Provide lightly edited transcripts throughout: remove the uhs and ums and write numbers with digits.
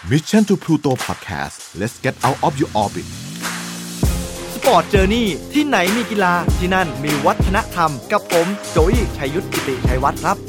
Mission to Pluto Podcast let's get out of your orbit Sport Journey ที่ไหนมีกีฬาที่นั่นมีวัฒนธรรมกับผมโจอี้ชัยยุทธกิติชัยวัฒน์ครับ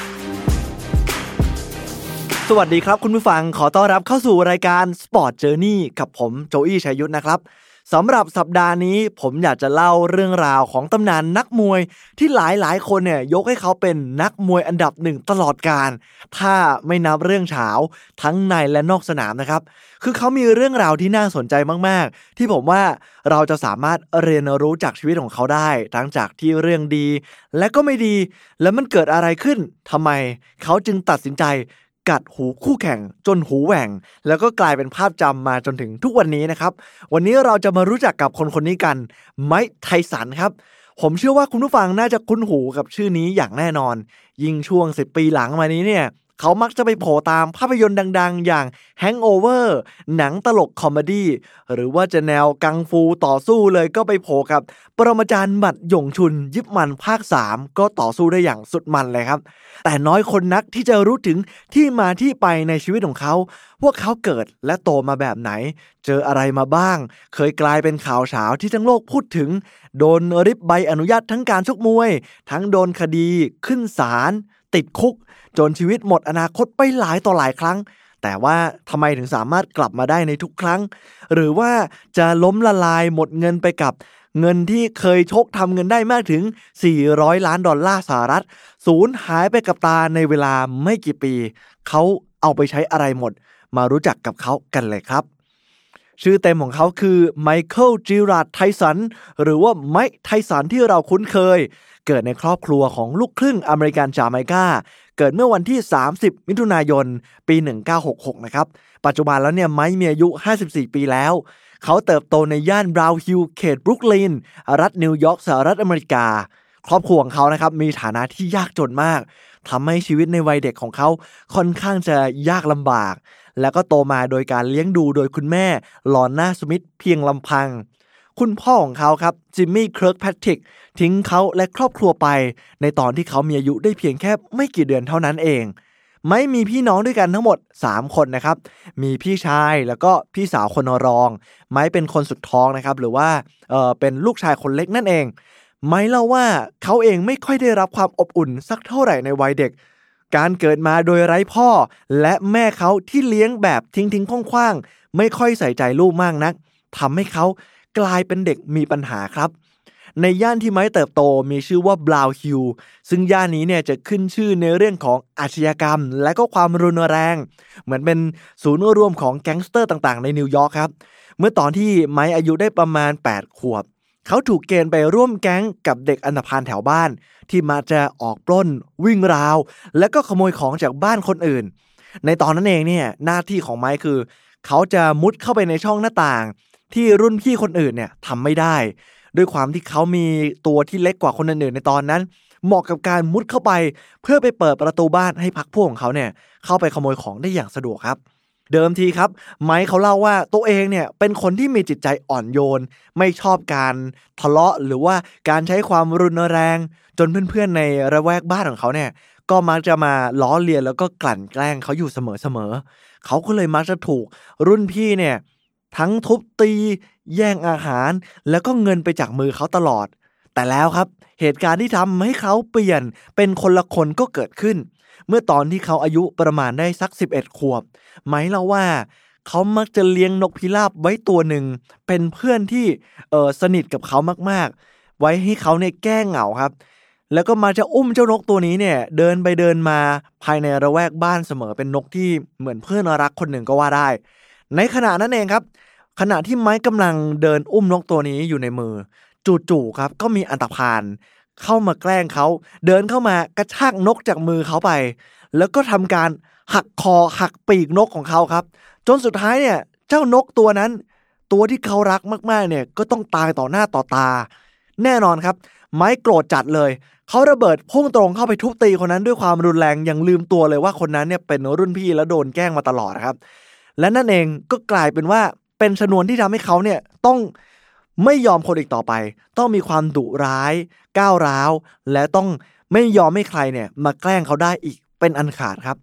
สวัสดีครับคุณผู้ฟังขอต้อนรับเข้าสู่รายการ Sport Journey กับผมโจอี้ชัยยุทธนะครับสำหรับสัปดาห์นี้ผมอยากจะเล่าเรื่องราวของตำนานนักมวยที่หลายๆคนเนี่ยยกให้เขาเป็นนักมวยอันดับหนึ่งตลอดกาลถ้าไม่นับเรื่องเฉาทั้งในและนอกสนามนะครับคือเขามีเรื่องราวที่น่าสนใจมากๆที่ผมว่าเราจะสามารถเรียนรู้จากชีวิตของเขาได้ทั้งจากที่เรื่องดีและก็ไม่ดีแล้วมันเกิดอะไรขึ้นทำไมเขาจึงตัดสินใจกัดหูคู่แข่งจนหูแหว่งแล้วก็กลายเป็นภาพจำมาจนถึงทุกวันนี้นะครับวันนี้เราจะมารู้จักกับคนคนนี้กันไมค์ ไทสันครับผมเชื่อว่าคุณผู้ฟังน่าจะคุ้นหูกับชื่อนี้อย่างแน่นอนยิ่งช่วง10 ปีหลังมานี้เนี่ยเขามักจะไปโผล่ตามภาพยนตร์ดังๆอย่าง Hangover หนังตลกคอมเมดี้หรือว่าจะแนวกังฟูต่อสู้เลยก็ไปโผล่กับปรมาจารย์หมัดหยงชุนยิปมันภาค3ก็ต่อสู้ได้อย่างสุดมันเลยครับแต่น้อยคนนักที่จะรู้ถึงที่มาที่ไปในชีวิตของเขาว่าเขาเกิดและโตมาแบบไหนเจออะไรมาบ้างเคยกลายเป็นข่าวเช้าที่ทั้งโลกพูดถึงโดนริบใบอนุญาตทั้งการชกมวยทั้งโดนคดีขึ้นศาลติดคุกจนชีวิตหมดอนาคตไปหลายต่อหลายครั้งแต่ว่าทำไมถึงสามารถกลับมาได้ในทุกครั้งหรือว่าจะล้มละลายหมดเงินไปกับเงินที่เคยชกทำเงินได้มากถึง$400 ล้านสูญหายไปกับตาในเวลาไม่กี่ปีเขาเอาไปใช้อะไรหมดมารู้จักกับเขากันเลยครับชื่อเต็มของเขาคือไมเคิล จิราร์ด ไทสันหรือว่าไมค์ ไทสันที่เราคุ้นเคยเกิดในครอบครัวของลูกครึ่งอเมริกันจาเมกาเกิดเมื่อวันที่30 มิถุนายนปี1966นะครับปัจจุบันแล้วเนี่ยไมค์มีอายุ54 ปีแล้วเขาเติบโตในย่านบราวน์ฮิลล์เขตบรุกลินรัฐนิวยอร์กสหรัฐอเมริกาครอบครัวของเขานะครับมีฐานะที่ยากจนมากทำให้ชีวิตในวัยเด็กของเขาค่อนข้างจะยากลำบากแล้วก็โตมาโดยการเลี้ยงดูโดยคุณแม่ลอร์นา สมิธเพียงลำพังคุณพ่อของเขาครับจิมมี่ เคิร์กแพทริกทิ้งเขาและครอบครัวไปในตอนที่เขามีอายุได้เพียงแค่ไม่กี่เดือนเท่านั้นเองไม่มีพี่น้องด้วยกันทั้งหมด3 คนนะครับมีพี่ชายแล้วก็พี่สาวคนรองไม้เป็นคนสุดท้องนะครับหรือว่าเป็นลูกชายคนเล็กนั่นเองไม้เล่าว่าเขาเองไม่ค่อยได้รับความอบอุ่นสักเท่าไหร่ในวัยเด็กการเกิดมาโดยไร้พ่อและแม่เขาที่เลี้ยงแบบทิ้งๆขว้างๆไม่ค่อยใส่ใจลูกมากนักทำให้เขากลายเป็นเด็กมีปัญหาครับในย่านที่ไม้เติบโตมีชื่อว่าบราวน์ฮิลล์ซึ่งย่านนี้เนี่ยจะขึ้นชื่อในเรื่องของอาชญากรรมและก็ความรุนแรงเหมือนเป็นศูนย์รวมของแก๊งสเตอร์ต่างๆในนิวยอร์กครับเมื่อตอนที่ไม้อายุได้ประมาณ8 ขวบเขาถูกเกณฑ์ไปร่วมแก๊งกับเด็กอันธพาลแถวบ้านที่มาจะออกปล้นวิ่งราวและก็ขโมยของจากบ้านคนอื่นในตอนนั้นเองเนี่ยหน้าที่ของไม้คือเขาจะมุดเข้าไปในช่องหน้าต่างที่รุ่นพี่คนอื่นเนี่ยทำไม่ได้ด้วยความที่เขามีตัวที่เล็กกว่าคนอื่นๆในตอนนั้นเหมาะกับการมุดเข้าไปเพื่อไปเปิดประตูบ้านให้พรรคพวกของเขาเนี่ยเข้าไปขโมยของได้อย่างสะดวกครับเดิมทีครับไมค์เขาเล่าว่าตัวเองเนี่ยเป็นคนที่มีจิตใจอ่อนโยนไม่ชอบการทะเลาะหรือว่าการใช้ความรุนแรงจนเพื่อนๆในระแวกบ้านของเขาเนี่ยก็มักจะมาล้อเลียนแล้วก็กลั่นแกล้งเขาอยู่เสมอๆเขาก็เลยมักจะถูกรุ่นพี่เนี่ยทั้งทุบตีแย่งอาหารแล้วก็เงินไปจากมือเขาตลอดแต่แล้วครับเหตุการณ์ที่ทำให้เขาเปลี่ยนเป็นคนละคนก็เกิดขึ้นเมื่อตอนที่เขาอายุประมาณได้สัก11 ขวบไมค์เล่าว่าเขามักจะเลี้ยงนกพิราบไว้ตัวหนึ่งเป็นเพื่อนที่สนิทกับเขามากๆไว้ให้เขาเนี่ยแก้เหงาครับแล้วก็มาจะอุ้มเจ้านกตัวนี้เนี่ยเดินไปเดินมาภายในระแวกบ้านเสมอเป็นนกที่เหมือนเพื่อนรักคนหนึ่งก็ว่าได้ในขณะนั้นเองครับขณะที่ไมค์กำลังเดินอุ้มนกตัวนี้อยู่ในมือจู่ๆครับก็มีอันธพาลเข้ามาแกล้งเขาเดินเข้ามากระชากนกจากมือเขาไปแล้วก็ทำการหักคอหักปีกนกของเขาครับจนสุดท้ายเนี่ยเจ้านกตัวนั้นตัวที่เขารักมากๆเนี่ยก็ต้องตายต่อหน้าต่อตาแน่นอนครับไมค์โกรธจัดเลยเขาระเบิดพุ่งตรงเข้าไปทุบตีคนนั้นด้วยความรุนแรงอย่างลืมตัวเลยว่าคนนั้นเนี่ยเป็นรุ่นพี่และโดนแกล้งมาตลอดครับและนั่นเองก็กลายเป็นว่าเป็นชนวนที่ทำให้เขาเนี่ยต้องไม่ยอมคนอีกต่อไปต้องมีความดุร้ายก้าวร้าวและต้องไม่ยอมให้ใครเนี่ยมาแกล้งเขาได้อีกเป็นอันขาดครับ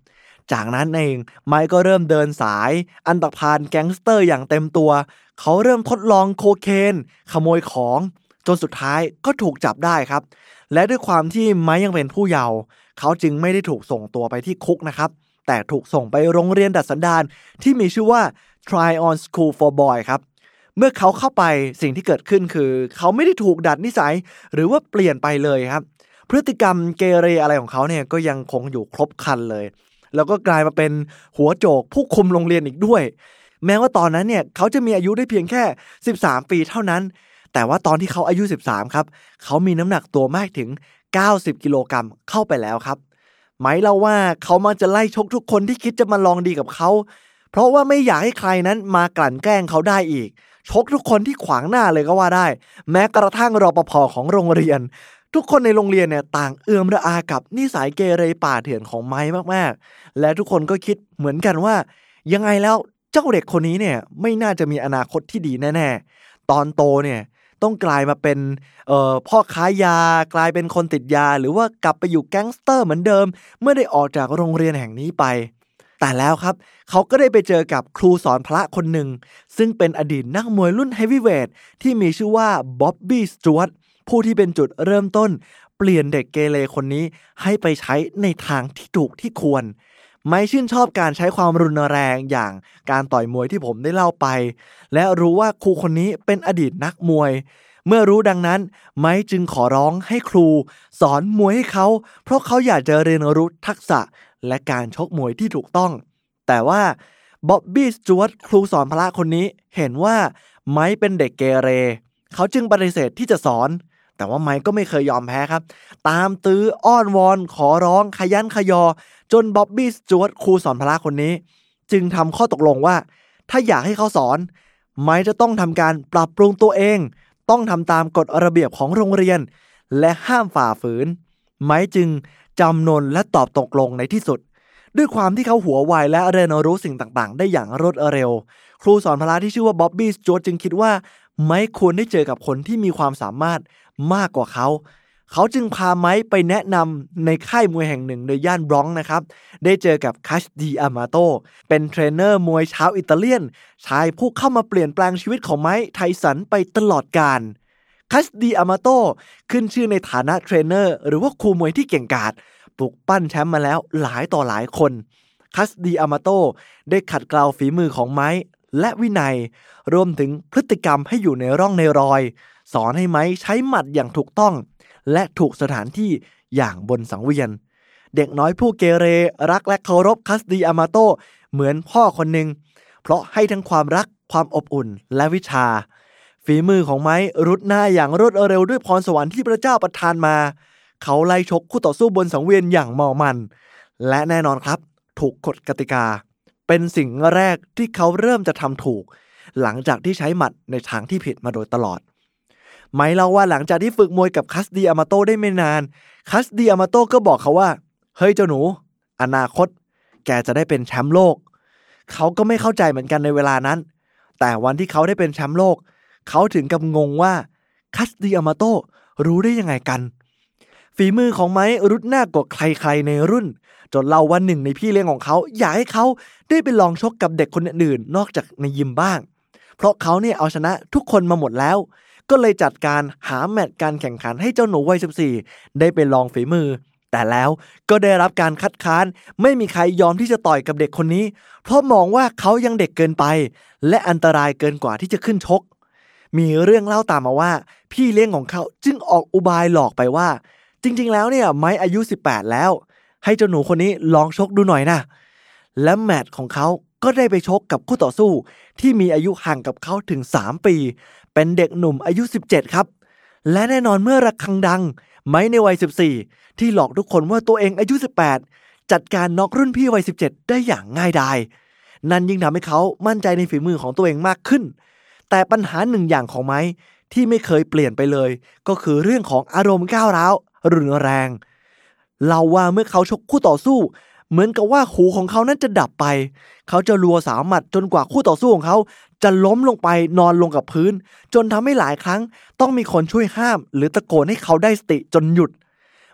จากนั้นเองไมค์ก็เริ่มเดินสายอันตพาลแก๊งสเตอร์อย่างเต็มตัวเขาเริ่มทดลองโคเคนขโมยของจนสุดท้ายก็ถูกจับได้ครับและด้วยความที่ไมค์ยังเป็นผู้เยาว์เขาจึงไม่ได้ถูกส่งตัวไปที่คุกนะครับแต่ถูกส่งไปโรงเรียนดัดสันดานที่มีชื่อว่า Tryon School for Boys ครับเมื่อเขาเข้าไปสิ่งที่เกิดขึ้นคือเขาไม่ได้ถูกดัดนิสัยหรือว่าเปลี่ยนไปเลยครับพฤติกรรมเกเรอะไรของเขาเนี่ยก็ยังคงอยู่ครบครันเลยแล้วก็กลายมาเป็นหัวโจกผู้คุมโรงเรียนอีกด้วยแม้ว่าตอนนั้นเนี่ยเขาจะมีอายุได้เพียงแค่13ปีเท่านั้นแต่ว่าตอนที่เขาอายุ13ครับเขามีน้ำหนักตัวมากถึง90กิโลกรัมเข้าไปแล้วครับไมค์เล่าว่าเขามักจะไล่ชกทุกคนที่คิดจะมาลองดีกับเขาเพราะว่าไม่อยากให้ใครนั้นมากลั่นแกล้งเขาได้อีกชกทุกคนที่ขวางหน้าเลยก็ว่าได้แม้กระทั่งรปภ.ของโรงเรียนทุกคนในโรงเรียนเนี่ยต่างเอื้อมระอากับนิสัยเกเรป่าเถื่อนของไมค์มากๆและทุกคนก็คิดเหมือนกันว่ายังไงแล้วเจ้าเด็กคนนี้เนี่ยไม่น่าจะมีอนาคตที่ดีแน่ๆตอนโตเนี่ยต้องกลายมาเป็นพ่อค้ายากลายเป็นคนติดยาหรือว่ากลับไปอยู่แก๊งสเตอร์เหมือนเดิมเมื่อได้ออกจากโรงเรียนแห่งนี้ไปแต่แล้วครับเขาก็ได้ไปเจอกับครูสอนพละคนหนึ่งซึ่งเป็นอดีตนักมวยรุ่นเฮฟวีเวทที่มีชื่อว่าบ๊อบบี้สจ๊วตผู้ที่เป็นจุดเริ่มต้นเปลี่ยนเด็กเกเรคนนี้ให้ไปใช้ในทางที่ถูกที่ควรไม่ชื่นชอบการใช้ความรุนแรงอย่างการต่อยมวยที่ผมได้เล่าไปและรู้ว่าครูคนนี้เป็นอดีตนักมวยเมื่อรู้ดังนั้นไมค์จึงขอร้องให้ครูสอนมวยให้เขาเพราะเขาอยากจะเรียนรู้ทักษะและการชกมวยที่ถูกต้องแต่ว่าบ๊อบบี้สจ๊วตครูสอนพละคนนี้เห็นว่าไมค์เป็นเด็กเกเรเขาจึงปฏิเสธที่จะสอนแต่ว่าไมค์ก็ไม่เคยยอมแพ้ครับตามตื้ออ้อนวอนขอร้องขยันขยอจนบ๊อบบี้สจ๊วตครูสอนพละคนนี้จึงทำข้อตกลงว่าถ้าอยากให้เขาสอนไมค์จะต้องทำการปรับปรุงตัวเองต้องทำตามกฎระเบียบของโรงเรียนและห้ามฝ่าฝืนไมค์จึงจำนนและตอบตกลงในที่สุดด้วยความที่เขาหัวไวและเรียนรู้สิ่งต่างๆได้อย่างรวดเร็วครูสอนพละที่ชื่อว่าบ๊อบบี้สจ๊วตจึงคิดว่าไมค์ควรได้เจอกับคนที่มีความสามารถมากกว่าเขาจึงพาไมค์ไปแนะนำในค่ายมวยแห่งหนึ่งในย่านบรอนซ์นะครับได้เจอกับคัชดีอามาโตเป็นเทรนเนอร์มวยชาวอิตาเลียนชายผู้เข้ามาเปลี่ยนแปลงชีวิตของไมค์ไทสันไปตลอดกาลคัชดีอามาโตขึ้นชื่อในฐานะเทรนเนอร์หรือว่าครูมวยที่เก่งกาจปลุกปั้นแชมป์มาแล้วหลายต่อหลายคนคัชดีอามาโตได้ขัดเกลาฝีมือของไมค์และวินัยรวมถึงพฤติกรรมให้อยู่ในร่องในรอยสอนให้ไมค์ใช้หมัดอย่างถูกต้องและถูกสถานที่อย่างบนสังเวียนเด็กน้อยผู้เกเรรักและเคารพคัสดีอามาโตเหมือนพ่อคนหนึ่งเพราะให้ทั้งความรักความอบอุ่นและวิชาฝีมือของไมค์รุดหน้าอย่างรวดเร็วด้วยพรสวรรค์ที่พระเจ้าประทานมาเขาไล่ชกคู่ต่อสู้บนสังเวียนอย่างเมามันและแน่นอนครับถูกกฎกติกาเป็นสิ่งแรกที่เขาเริ่มจะทำถูกหลังจากที่ใช้หมัดในทางที่ผิดมาโดยตลอดไมค์เล่าว่าหลังจากที่ฝึกมวยกับคัสดีอามาโตได้ไม่นานคัสดีอามาโตก็บอกเขาว่าเฮ้ยเจ้าหนูอนาคตแกจะได้เป็นแชมป์โลกเขาก็ไม่เข้าใจเหมือนกันในเวลานั้นแต่วันที่เขาได้เป็นแชมป์โลกเขาถึงกับงงว่าคัสดีอามาโตรู้ได้ยังไงกันฝีมือของไมค์รุดหน้ากว่าใครๆในรุ่นจนเล่าว่าหนึ่งในพี่เลี้ยงของเขาอยากให้เขาได้ไปลองชกกับเด็กคนอื่นๆนอกจากในยิมบ้างเพราะเขาเนี่ยเอาชนะทุกคนมาหมดแล้วก็เลยจัดการหาแมตช์การแข่งขันให้เจ้าหนูวัย14ได้ไปลองฝีมือแต่แล้วก็ได้รับการคัดค้านไม่มีใครยอมที่จะต่อยกับเด็กคนนี้เพราะมองว่าเขายังเด็กเกินไปและอันตรายเกินกว่าที่จะขึ้นชกมีเรื่องเล่าตามมาว่าพี่เลี้ยงของเขาจึงออกอุบายหลอกไปว่าจริงๆแล้วเนี่ยไมค์อายุ18แล้วให้เจ้าหนูคนนี้ลองชกดูหน่อยนะและแมตช์ของเขาก็ได้ไปชกกับคู่ต่อสู้ที่มีอายุห่างกับเขาถึง3ปีเป็นเด็กหนุ่มอายุ17ครับและแน่นอนเมื่อระฆังดังไมค์ในวัย14ที่หลอกทุกคนว่าตัวเองอายุ18จัดการน็อกรุ่นพี่วัย17ได้อย่างง่ายดายนั่นยิ่งทำให้เขามั่นใจในฝีมือของตัวเองมากขึ้นแต่ปัญหาหนึ่งอย่างของไมค์ที่ไม่เคยเปลี่ยนไปเลยก็คือเรื่องของอารมณ์ก้าวร้าวรุนแรงเล่าว่าเมื่อเขาชกคู่ต่อสู้เหมือนกับว่าหูของเขานั้นจะดับไปเขาจะรัวสาวหมัดจนกว่าคู่ต่อสู้ของเขาจะล้มลงไปนอนลงกับพื้นจนทำให้หลายครั้งต้องมีคนช่วยห้ามหรือตะโกนให้เขาได้สติจนหยุด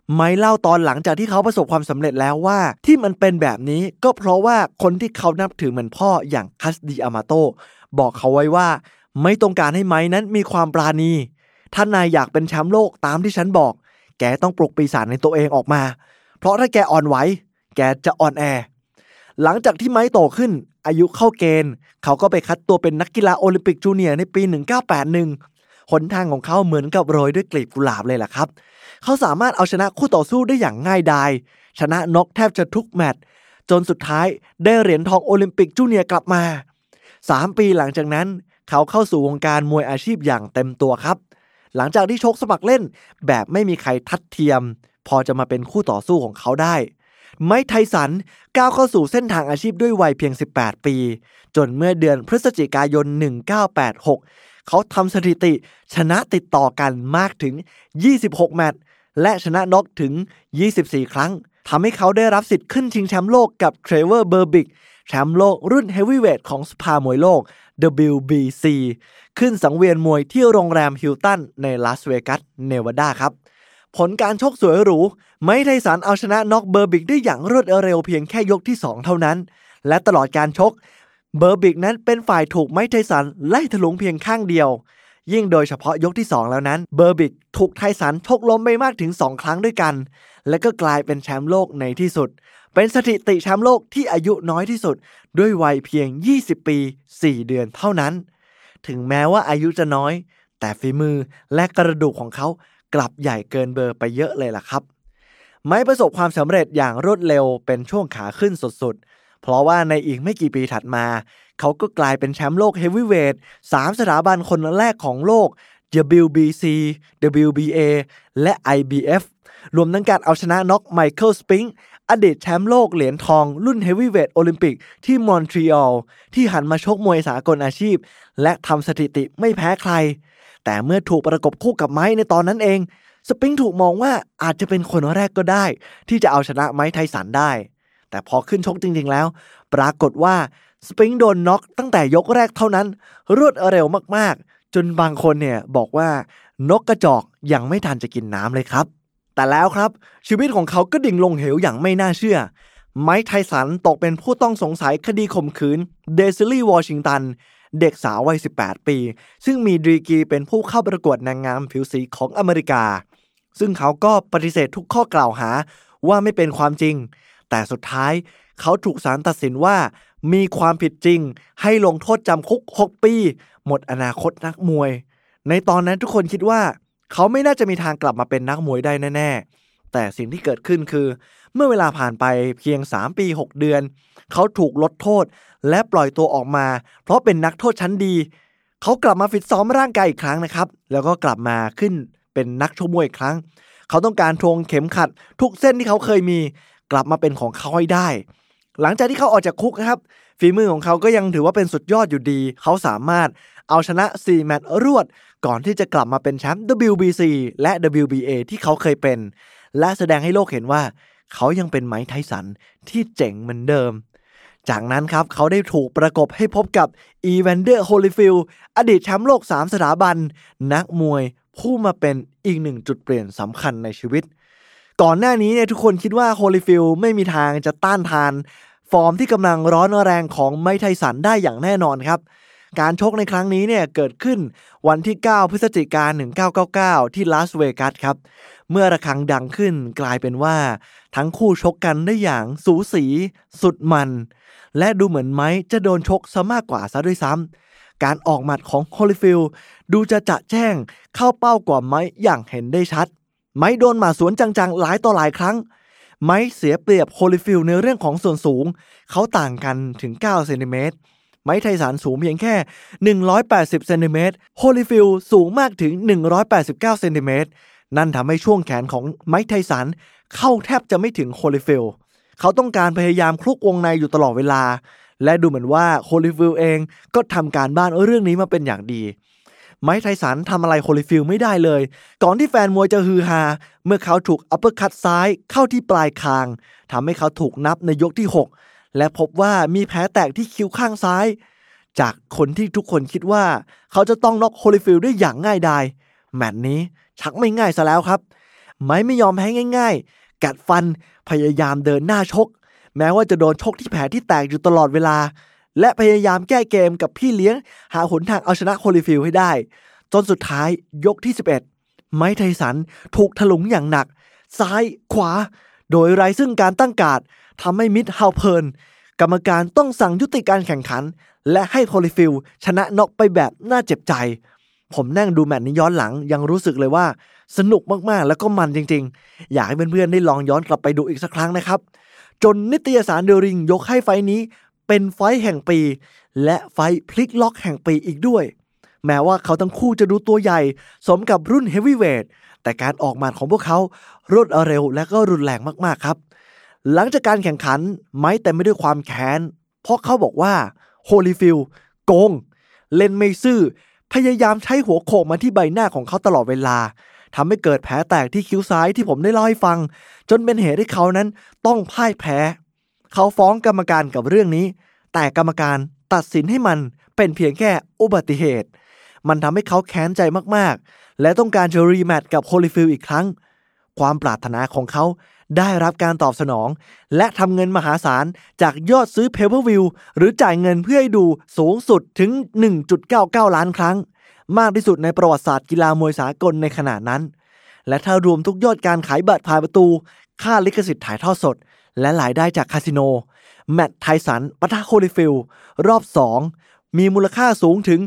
ไมค์เล่าตอนหลังจากที่เขาประสบความสำเร็จแล้วว่าที่มันเป็นแบบนี้ก็เพราะว่าคนที่เขานับถือเหมือนพ่ออย่างคัสดิอามาโตบอกเขาไว้ว่าไม่ต้องการให้ไมค์นั้นมีความปราณีถ้านายอยากเป็นแชมป์โลกตามที่ฉันบอกแกต้องปลุกปีศาจในตัวเองออกมาเพราะถ้าแกอ่อนไหวแกจะอ่อนแอหลังจากที่ไมค์โตขึ้นอายุเข้าเกณฑ์เขาก็ไปคัดตัวเป็นนักกีฬาโอลิมปิกจูเนียร์ในปี 1981 หนทางของเขาเหมือนกับโรยด้วยกลีบกุหลาบเลยล่ะครับเขาสามารถเอาชนะคู่ต่อสู้ได้อย่างง่ายดายชนะน็อกแทบจะทุกแมตช์จนสุดท้ายได้เหรียญทองโอลิมปิกจูเนียร์กลับมา3 ปีหลังจากนั้นเขาเข้าสู่วงการมวยอาชีพอย่างเต็มตัวครับหลังจากที่ชกสมัครเล่นแบบไม่มีใครทัดเทียมพอจะมาเป็นคู่ต่อสู้ของเขาได้ไมค์ไทสันก้าวเข้าสู่เส้นทางอาชีพด้วยวัยเพียง18 ปีจนเมื่อเดือนพฤศจิกายน 1986เขาทำสถิติชนะติดต่อกันมากถึง26 แมตช์และชนะน็อกถึง24 ครั้งทำให้เขาได้รับสิทธิ์ขึ้นชิงแชมป์โลกกับเทรเวอร์เบอร์บิกแชมป์โลกรุ่นเฮฟวีเวทของสภามวยโลก WBC ขึ้นสังเวียนมวยที่โรงแรมฮิลตันในลาสเวกัสเนวาดาครับผลการชกสวยหรูไมค์ไทสันเอาชนะน็อกเบอร์บิกได้อย่างรวดเร็วเพียงแค่ยกที่2เท่านั้นและตลอดการชกเบอร์บิกนั้นเป็นฝ่ายถูกไมค์ไทสันไล่ถลุงเพียงข้างเดียวยิ่งโดยเฉพาะยกที่2แล้วนั้นเบอร์บิกถูกไทสันชกล้มไปมากถึง2 ครั้งด้วยกันและก็กลายเป็นแชมป์โลกในที่สุดเป็นสถิติแชมป์โลกที่อายุน้อยที่สุดด้วยวัยเพียง20 ปี 4 เดือนเท่านั้นถึงแม้ว่าอายุจะน้อยแต่ฝีมือและกระดูกของเขากลับใหญ่เกินเบอร์ไปเยอะเลยล่ะครับไมค์ประสบความสำเร็จอย่างรวดเร็วเป็นช่วงขาขึ้นสุดๆเพราะว่าในอีกไม่กี่ปีถัดมาเขาก็กลายเป็นแชมป์โลกเฮฟวีเวท3 สถาบันคนแรกของโลก WBC WBA และ IBF รวมทั้งการเอาชนะน็อกไมเคิลสปิงค์อดีตแชมป์โลกเหรียญทองรุ่นเฮฟวีเวทโอลิมปิกที่มอนทรีออลที่หันมาชกมวยสากลอาชีพและทำสถิติไม่แพ้ใครแต่เมื่อถูกประกบคู่กับไมค์ในตอนนั้นเองสปิงค์ถูกมองว่าอาจจะเป็นคนแรกก็ได้ที่จะเอาชนะไมค์ไทสันได้แต่พอขึ้นชกจริงๆแล้วปรากฏว่าสปิงค์โดนน็อกตั้งแต่ยกแรกเท่านั้นรวดเร็วมากๆจนบางคนเนี่ยบอกว่านกกระจอกยังไม่ทันจะกินน้ำเลยครับแต่แล้วครับชีวิตของเขาก็ดิ่งลงเหวอย่างไม่น่าเชื่อไมค์ไทสันตกเป็นผู้ต้องสงสัยคดีข่มขืนเดซิลี่วอชิงตันเด็กสาววัย18 ปีซึ่งมีดีกรีเป็นผู้เข้าประกวดนางงามผิวสีของอเมริกาซึ่งเขาก็ปฏิเสธทุกข้อกล่าวหาว่าไม่เป็นความจริงแต่สุดท้ายเขาถูกศาลตัดสินว่ามีความผิดจริงให้ลงโทษจำคุก6 ปีหมดอนาคตนักมวยในตอนนั้นทุกคนคิดว่าเขาไม่น่าจะมีทางกลับมาเป็นนักมวยได้แน่ๆแต่สิ่งที่เกิดขึ้นคือเมื่อเวลาผ่านไปเพียง3 ปี 6 เดือนเขาถูกลดโทษและปล่อยตัวออกมาเพราะเป็นนักโทษชั้นดีเขากลับมาฟิตซ้อมร่างกายอีกครั้งนะครับแล้วก็กลับมาขึ้นเป็นนักชกมวยอีกครั้งเขาต้องการทวงเข็มขัดทุกเส้นที่เขาเคยมีกลับมาเป็นของเขาให้ได้หลังจากที่เขาออกจากคุกนะครับฝีมือของเขาก็ยังถือว่าเป็นสุดยอดอยู่ดีเขาสามารถเอาชนะ4 แมตช์รวดก่อนที่จะกลับมาเป็นแชมป์ WBC และ WBA ที่เขาเคยเป็นและแสดงให้โลกเห็นว่าเขายังเป็นไมค์ไทสันที่เจ๋งเหมือนเดิมจากนั้นครับเขาได้ถูกประกบให้พบกับอีแวนเดอร์โฮลิฟิลด์อดีตแชมป์โลก3 สถาบันนักมวยผู้มาเป็นอีก1 จุดเปลี่ยนสำคัญในชีวิตก่อนหน้านี้เนี่ยทุกคนคิดว่าโฮลิฟิลด์ไม่มีทางจะต้านทานฟอร์มที่กำลังร้อนแรงของไมค์ไทสันได้อย่างแน่นอนครับการชกในครั้งนี้เนี่ยเกิดขึ้นวันที่9 พฤศจิกายน 1999ที่ลาสเวกัสครับเมื่อระฆังดังขึ้นกลายเป็นว่าทั้งคู่ชกกันได้อย่างสูสีสุดมันและดูเหมือนไมค์จะโดนชกซะมากกว่าซะด้วยซ้ำการออกหมัดของโฮลิฟิลด์ดูจะแจ้งเข้าเป้ากว่าไมค์อย่างเห็นได้ชัดไมค์โดนหมัดสวนจังๆหลายต่อหลายครั้งไมค์เสียเปรียบโฮลิฟิลด์ในเรื่องของส่วนสูงเขาต่างกันถึง9 เซนติเมตรไมค์ไทสันสูงเพียงแค่180 เซนติเมตรโฮลิฟิลด์สูงมากถึง189 เซนติเมตรนั่นทำให้ช่วงแขนของไมค์ไทสันเข้าแทบจะไม่ถึงโฮลิฟิลด์เขาต้องการพยายามคลุกวงในอยู่ตลอดเวลาและดูเหมือนว่าโฮลิฟิลด์เองก็ทำการบ้านเรื่องนี้มาเป็นอย่างดีไมค์ไทสันทำอะไรโฮลิฟิลด์ไม่ได้เลยก่อนที่แฟนมวยจะฮือฮาเมื่อเขาถูกอัปเปอร์คัตซ้ายเข้าที่ปลายคางทำให้เขาถูกนับในยกที่6และพบว่ามีแผลแตกที่คิ้วข้างซ้ายจากคนที่ทุกคนคิดว่าเขาจะต้องน็อกโฮลิฟิลด์ได้อย่างง่ายดายแมตช์นี้ชักไม่ง่ายซะแล้วครับไม้ไม่ยอมแพ้ง่ายๆกัดฟันพยายามเดินหน้าชกแม้ว่าจะโดนชกที่แผลที่แตกอยู่ตลอดเวลาและพยายามแก้เกมกับพี่เลี้ยงหาหนทางเอาชนะโฮลิฟิลด์ให้ได้จนสุดท้ายยกที่11ไมค์ไทสันถูกถลุงอย่างหนักซ้ายขวาโดยไร้ซึ่งการตั้งการ์ดทำให้มิดฮาวเพิร์นกรรมการต้องสั่งยุติการแข่งขันและให้โฮลิฟิลด์ชนะน็อกไปแบบน่าเจ็บใจผมนั่งดูแมตช์นี้ย้อนหลังยังรู้สึกเลยว่าสนุกมากๆแล้วก็มันจริงๆอยากให้เพื่อนๆได้ลองย้อนกลับไปดูอีกสักครั้งนะครับจนนิตยสารเดอะริงยกให้ไฟนี้เป็นไฟแห่งปีและไฟพลิกล็อกแห่งปีอีกด้วยแม้ว่าเขาทั้งคู่จะดูตัวใหญ่สมกับรุ่นเฮฟวีเวทแต่การออกหมัดของพวกเขารวดเร็วและก็รุนแรงมากๆครับหลังจากการแข่งขันไม้แต่ไม่ด้วยความแค้นเพราะเขาบอกว่าโฮลิฟิลด์โกงเล่นไม่ซื่อพยายามใช้หัวโขกมาที่ใบหน้าของเขาตลอดเวลาทำให้เกิดแผลแตกที่คิ้วซ้ายที่ผมได้เล่าให้ฟังจนเป็นเหตุให้เขานั้นต้องพ่ายแพ้เขาฟ้องกรรมการกับเรื่องนี้แต่กรรมการตัดสินให้มันเป็นเพียงแค่อุบัติเหตุมันทำให้เขาแค้นใจมากๆและต้องการจะรีแมตช์กับโฮลิฟิลด์อีกครั้งความปรารถนาของเขาได้รับการตอบสนองและทำเงินมหาศาลจากยอดซื้อเพเปอร์วิวหรือจ่ายเงินเพื่อให้ดูสูงสุดถึง 1.99 ล้านครั้งมากที่สุดในประวัติศาสตร์กีฬามวยสากลในขณะนั้นและถ้ารวมทุกยอดการขายบัตรผ่านประตูค่าลิขสิทธิ์ถ่ายทอดสดและรายได้จากคาสิโนแมตช์ไทสันปะทะโฮลิฟิลด์รอบ2มีมูลค่าสูงถึง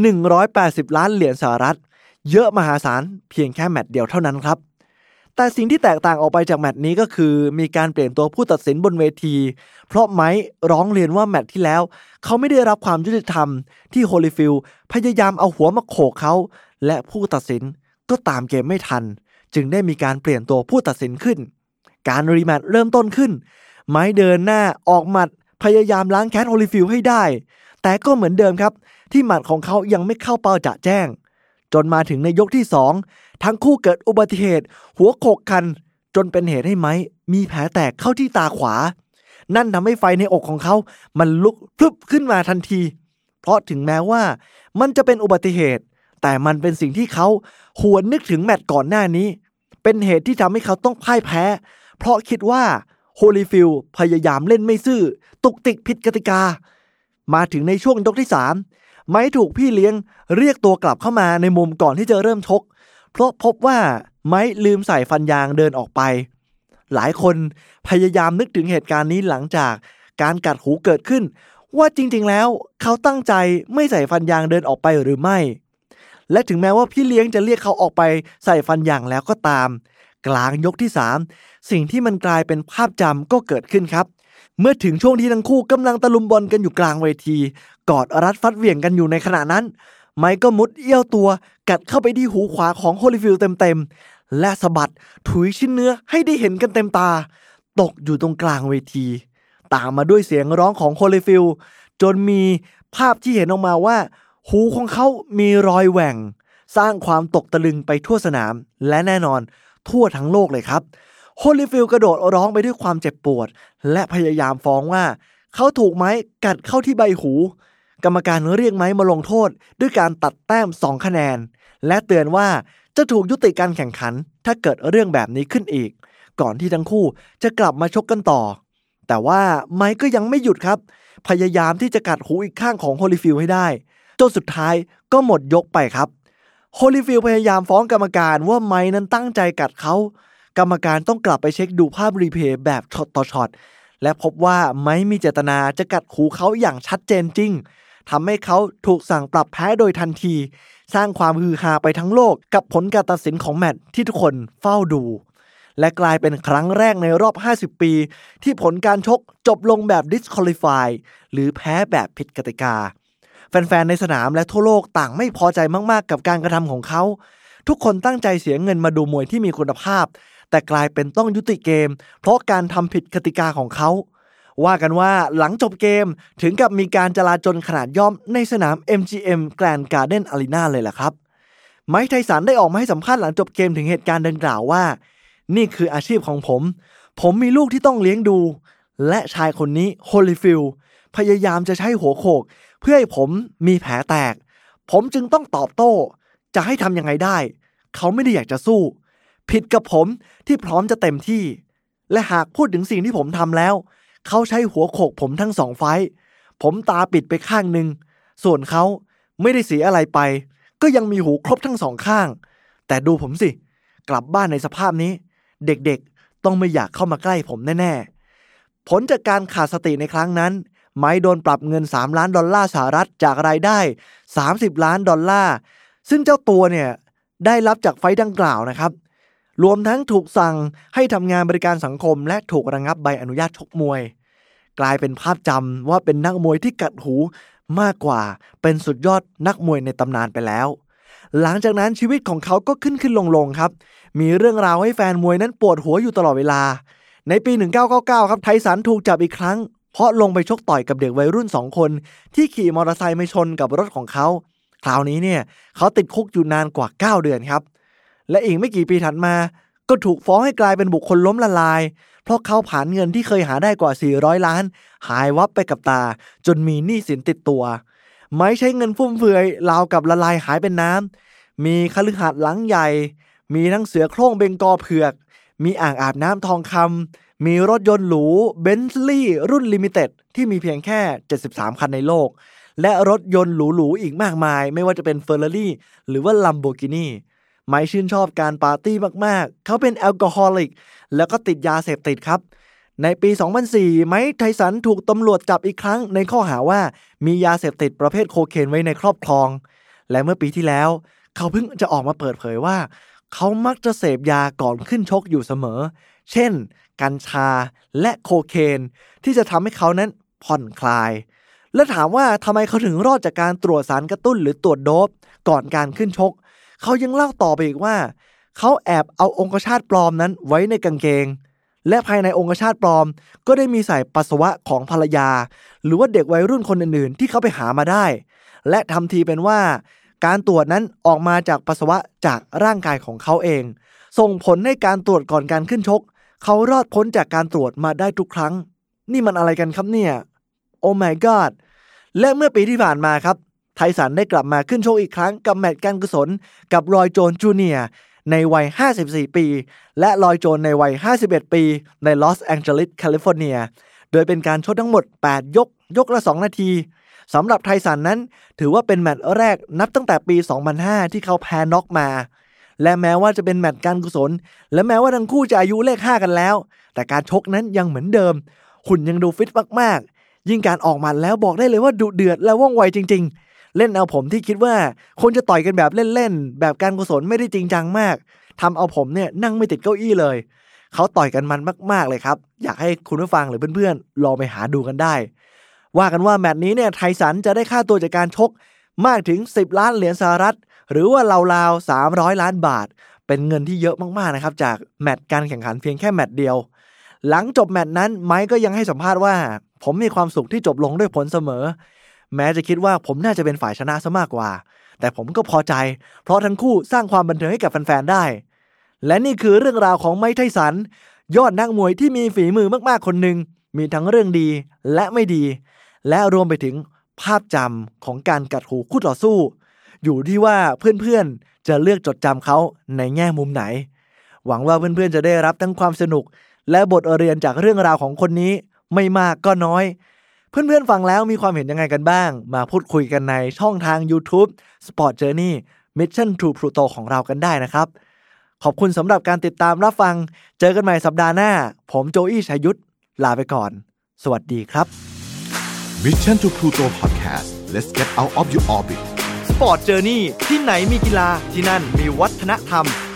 180 ล้านเหรียญสหรัฐเยอะมหาศาลเพียงแค่แมตช์เดียวเท่านั้นครับแต่สิ่งที่แตกต่างออกไปจากแมตช์นี้ก็คือมีการเปลี่ยนตัวผู้ตัดสินบนเวทีเพราะไมค์ร้องเรียนว่าแมตช์ที่แล้วเขาไม่ได้รับความยุติธรรมที่โฮลิฟิลด์พยายามเอาหัวมาโขกเขาและผู้ตัดสินก็ตามเกมไม่ทันจึงได้มีการเปลี่ยนตัวผู้ตัดสินขึ้นการรีแมตช์เริ่มต้นขึ้นไมค์เดินหน้าออกหมัดพยายามล้างแค้นโฮลิฟิลด์ให้ได้แต่ก็เหมือนเดิมครับที่หมัดของเขายังไม่เข้าเป้าจะแจ้งจนมาถึงในยกที่2ทั้งคู่เกิดอุบัติเหตุหัวโขกกันจนเป็นเหตุให้ไมค์มีแผลแตกเข้าที่ตาขวานั่นทำให้ไฟในอกของเขามันลุกพลึบขึ้นมาทันทีเพราะถึงแม้ว่ามันจะเป็นอุบัติเหตุแต่มันเป็นสิ่งที่เขาหวนนึกถึงแมตช์ก่อนหน้านี้เป็นเหตุที่ทำให้เขาต้องพ่ายแพ้เพราะคิดว่าโฮลิฟิลด์พยายามเล่นไม่ซื่อตุกติกผิดกติกามาถึงในช่วงยกที่3ไมค์ถูกพี่เลี้ยงเรียกตัวกลับเข้ามาในมุมก่อนที่จะเริ่มชกเพราะพบว่าไมค์ลืมใส่ฟันยางเดินออกไปหลายคนพยายามนึกถึงเหตุการณ์นี้หลังจากการกัดหูเกิดขึ้นว่าจริงๆแล้วเขาตั้งใจไม่ใส่ฟันยางเดินออกไปหรือไม่และถึงแม้ว่าพี่เลี้ยงจะเรียกเขาออกไปใส่ฟันยางแล้วก็ตามกลางยกที่3สิ่งที่มันกลายเป็นภาพจำก็เกิดขึ้นครับเมื่อถึงช่วงที่ทั้งคู่กำลังตะลุมบอลกันอยู่กลางเวทีกอดรัดฟัดเหวี่ยงกันอยู่ในขณะนั้นไมค์ก็มุดเอี้ยวตัวกัดเข้าไปที่หูขวาของโฮลิฟิลด์เต็มๆและสะบัดถุยชิ้นเนื้อให้ได้เห็นกันเต็มตาตกอยู่ตรงกลางเวทีตามมาด้วยเสียงร้องของโฮลิฟิลด์จนมีภาพที่เห็นออกมาว่าหูของเขามีรอยแหว่งสร้างความตกตะลึงไปทั่วสนามและแน่นอนทั่วทั้งโลกเลยครับโฮลิฟิลด์กระโดดร้องไปด้วยความเจ็บปวดและพยายามฟ้องว่าเขาถูกไม้กัดเข้าที่ใบหูกรรมการเรียกไม้มาลงโทษด้วยการตัดแต้ม2 คะแนนและเตือนว่าจะถูกยุติการแข่งขันถ้าเกิดเรื่องแบบนี้ขึ้นอีกก่อนที่ทั้งคู่จะกลับมาชกกันต่อแต่ว่าไม้ก็ยังไม่หยุดครับพยายามที่จะกัดหูอีกข้างของโฮลิฟิลด์ให้ได้จนสุดท้ายก็หมดยกไปครับโฮลิฟิลด์พยายามฟ้องกรรมการว่าไม้นั้นตั้งใจกัดเขากรรมการต้องกลับไปเช็คดูภาพรีเพลย์แบบช็อตต่อช็อตและพบว่าไม้มีเจตนาจะกัดหูเขาอย่างชัดเจนจริงทำให้เขาถูกสั่งปรับแพ้โดยทันทีสร้างความฮือฮาไปทั้งโลกกับผลการตัดสินของแมตช์ที่ทุกคนเฝ้าดูและกลายเป็นครั้งแรกในรอบ50 ปีที่ผลการชกจบลงแบบ disqualify หรือแพ้แบบผิดกติกาแฟนๆในสนามและทั่วโลกต่างไม่พอใจมากๆกับการกระทำของเขาทุกคนตั้งใจเสียเงินมาดูมวยที่มีคุณภาพแต่กลายเป็นต้องยุติเกมเพราะการทำผิดกติกาของเขาว่ากันว่าหลังจบเกมถึงกับมีการจลาจลขนาดย่อมในสนาม MGM Grand Garden Arena เลยล่ะครับไมค์ไทสันได้ออกมาให้สัมภาษณ์หลังจบเกมถึงเหตุการณ์ดังกล่าวว่านี่คืออาชีพของผมมีลูกที่ต้องเลี้ยงดูและชายคนนี้โฮลิฟิลด์พยายามจะใช้หัวโขกเพื่อให้ผมมีแผลแตกผมจึงต้องตอบโต้จะให้ทำยังไงได้เขาไม่ได้อยากจะสู้ผิดกับผมที่พร้อมจะเต็มที่และหากพูดถึงสิ่งที่ผมทำแล้วเขาใช้หัวโขกผมทั้ง2ไฟท์ผมตาปิดไปข้างนึงส่วนเขาไม่ได้เสียอะไรไปก็ยังมีหูครบทั้ง2ข้างแต่ดูผมสิกลับบ้านในสภาพนี้เด็กๆต้องไม่อยากเข้ามาใกล้ผมแน่ๆผลจากการขาดสติในครั้งนั้นไมค์โดนปรับเงิน$3 ล้านสหรัฐจากรายได้$30 ล้านซึ่งเจ้าตัวเนี่ยได้รับจากไฟท์ดังกล่าวนะครับรวมทั้งถูกสั่งให้ทำงานบริการสังคมและถูกระงับใบอนุญาตชกมวยกลายเป็นภาพจำว่าเป็นนักมวยที่กัดหูมากกว่าเป็นสุดยอดนักมวยในตำนานไปแล้วหลังจากนั้นชีวิตของเขาก็ขึ้นลงครับมีเรื่องราวให้แฟนมวยนั้นปวดหัวอยู่ตลอดเวลาในปี1999ครับไทสันถูกจับอีกครั้งเพราะลงไปชกต่อยกับเด็กวัยรุ่น2คนที่ขี่มอเตอร์ไซค์มาชนกับรถของเขาคราวนี้เนี่ยเขาติดคุกอยู่นานกว่า9 เดือนครับและอีกไม่กี่ปีถัดมาก็ถูกฟ้องให้กลายเป็นบุคคลล้มละลายเพราะเขาผ่านเงินที่เคยหาได้กว่า400 ล้านหายวับไปกับตาจนมีหนี้สินติดตัวไม่ใช้เงินฟุ่มเฟือยราวกับละลายหายเป็นน้ำมีคฤหาสน์หลังใหญ่มีทั้งเสือโคร่งเบงกอลเผือกมีอ่างอาบน้ำทองคำมีรถยนต์หรูเบนซ์ลีย์รุ่นลิมิเต็ดที่มีเพียงแค่73 คันในโลกและรถยนต์หรูๆอีกมากมายไม่ว่าจะเป็นเฟอร์รารี่หรือว่าลัมโบกินีไมค์ชื่นชอบการปาร์ตี้มากๆเขาเป็นแอลกอฮอลิกแล้วก็ติดยาเสพติดครับในปี 2004 ไมค์ไทสันถูกตำรวจจับอีกครั้งในข้อหาว่ามียาเสพติดประเภทโคเคนไว้ในครอบครองและเมื่อปีที่แล้วเขาเพิ่งจะออกมาเปิดเผยว่าเขามักจะเสพยาก่อนขึ้นชกอยู่เสมอเช่นกัญชาและโคเคนที่จะทำให้เขานั้นผ่อนคลายและถามว่าทำไมเขาถึงรอดจากการตรวจสารกระตุ้นหรือตรวจโดปก่อนการขึ้นชกเขายังเล่าต่อไปอีกว่าเขาแอบเอาองคชาตปลอมนั้นไว้ในกางเกงและภายในองคชาตปลอมก็ได้มีใส่ปัสสาวะของภรรยาหรือว่าเด็กวัยรุ่นคนอื่นๆที่เขาไปหามาได้และทำทีเป็นว่าการตรวจนั้นออกมาจากปัสสาวะจากร่างกายของเขาเองส่งผลให้การตรวจก่อนการขึ้นชกเขารอดพ้นจากการตรวจมาได้ทุกครั้งนี่มันอะไรกันครับเนี่ยโอ้ my god และเมื่อปีที่ผ่านมาครับไทสันได้กลับมาขึ้นชกอีกครั้งกับแมตช์การกุศลกับรอยโจนส์จูเนียร์ในวัย54 ปีและรอยโจนในวัย51 ปีในลอสแองเจลิสแคลิฟอร์เนียโดยเป็นการชกทั้งหมด8ยกละ2 นาทีสำหรับไทสันนั้นถือว่าเป็นแมตช์แรกนับตั้งแต่ปี 2005 ที่เขาแพ้น็อกมาและแม้ว่าจะเป็นแมตช์การกุศลและแม้ว่าทั้งคู่จะอายุเลข5กันแล้วแต่การชกนั้นยังเหมือนเดิมหุ่นยังดูฟิตมากๆยิ่งการออกหมัดแล้วบอกได้เลยว่าดุเดือดและว่องไวจริงๆเล่นเอาผมที่คิดว่าคนจะต่อยกันแบบเล่นๆแบบการกุศลไม่ได้จริงจังมากทำเอาผมเนี่ยนั่งไม่ติดเก้าอี้เลยเขาต่อยกันมันมากๆเลยครับอยากให้คุณผู้ฟังหรือเพื่อนๆลองไปหาดูกันได้ว่ากันว่าแมตช์นี้เนี่ยไทสันจะได้ค่าตัวจากการชกมากถึง$10 ล้านหรือว่าราวๆ$300 ล้านเป็นเงินที่เยอะมากๆนะครับจากแมตช์การแข่งขันเพียงแค่แมตช์เดียวหลังจบแมตช์นั้นไมค์ก็ยังให้สัมภาษณ์ว่าผมมีความสุขที่จบลงด้วยผลเสมอแม้จะคิดว่าผมน่าจะเป็นฝ่ายชนะซะมากกว่าแต่ผมก็พอใจเพราะทั้งคู่สร้างความบันเทิงให้กับแฟนๆได้และนี่คือเรื่องราวของไมค์ไทสันยอดนักมวยที่มีฝีมือมากๆคนหนึ่งมีทั้งเรื่องดีและไม่ดีและรวมไปถึงภาพจำของการกัดหูคู่ต่อสู้อยู่ที่ว่าเพื่อนๆจะเลือกจดจำเขาในแง่มุมไหนหวังว่าเพื่อนๆจะได้รับทั้งความสนุกและบทเรียนจากเรื่องราวของคนนี้ไม่มากก็น้อยเพื่อนๆฟังแล้วมีความเห็นยังไงกันบ้างมาพูดคุยกันในช่องทาง YouTube Sport Journey Mission to Pluto ของเรากันได้นะครับขอบคุณสำหรับการติดตามรับฟังเจอกันใหม่สัปดาห์หน้าผมโจอี้ชัยยุทธลาไปก่อนสวัสดีครับ Mission to Pluto Podcast Let's get out of your orbit Sport Journey ที่ไหนมีกีฬาที่นั่นมีวัฒนธรรม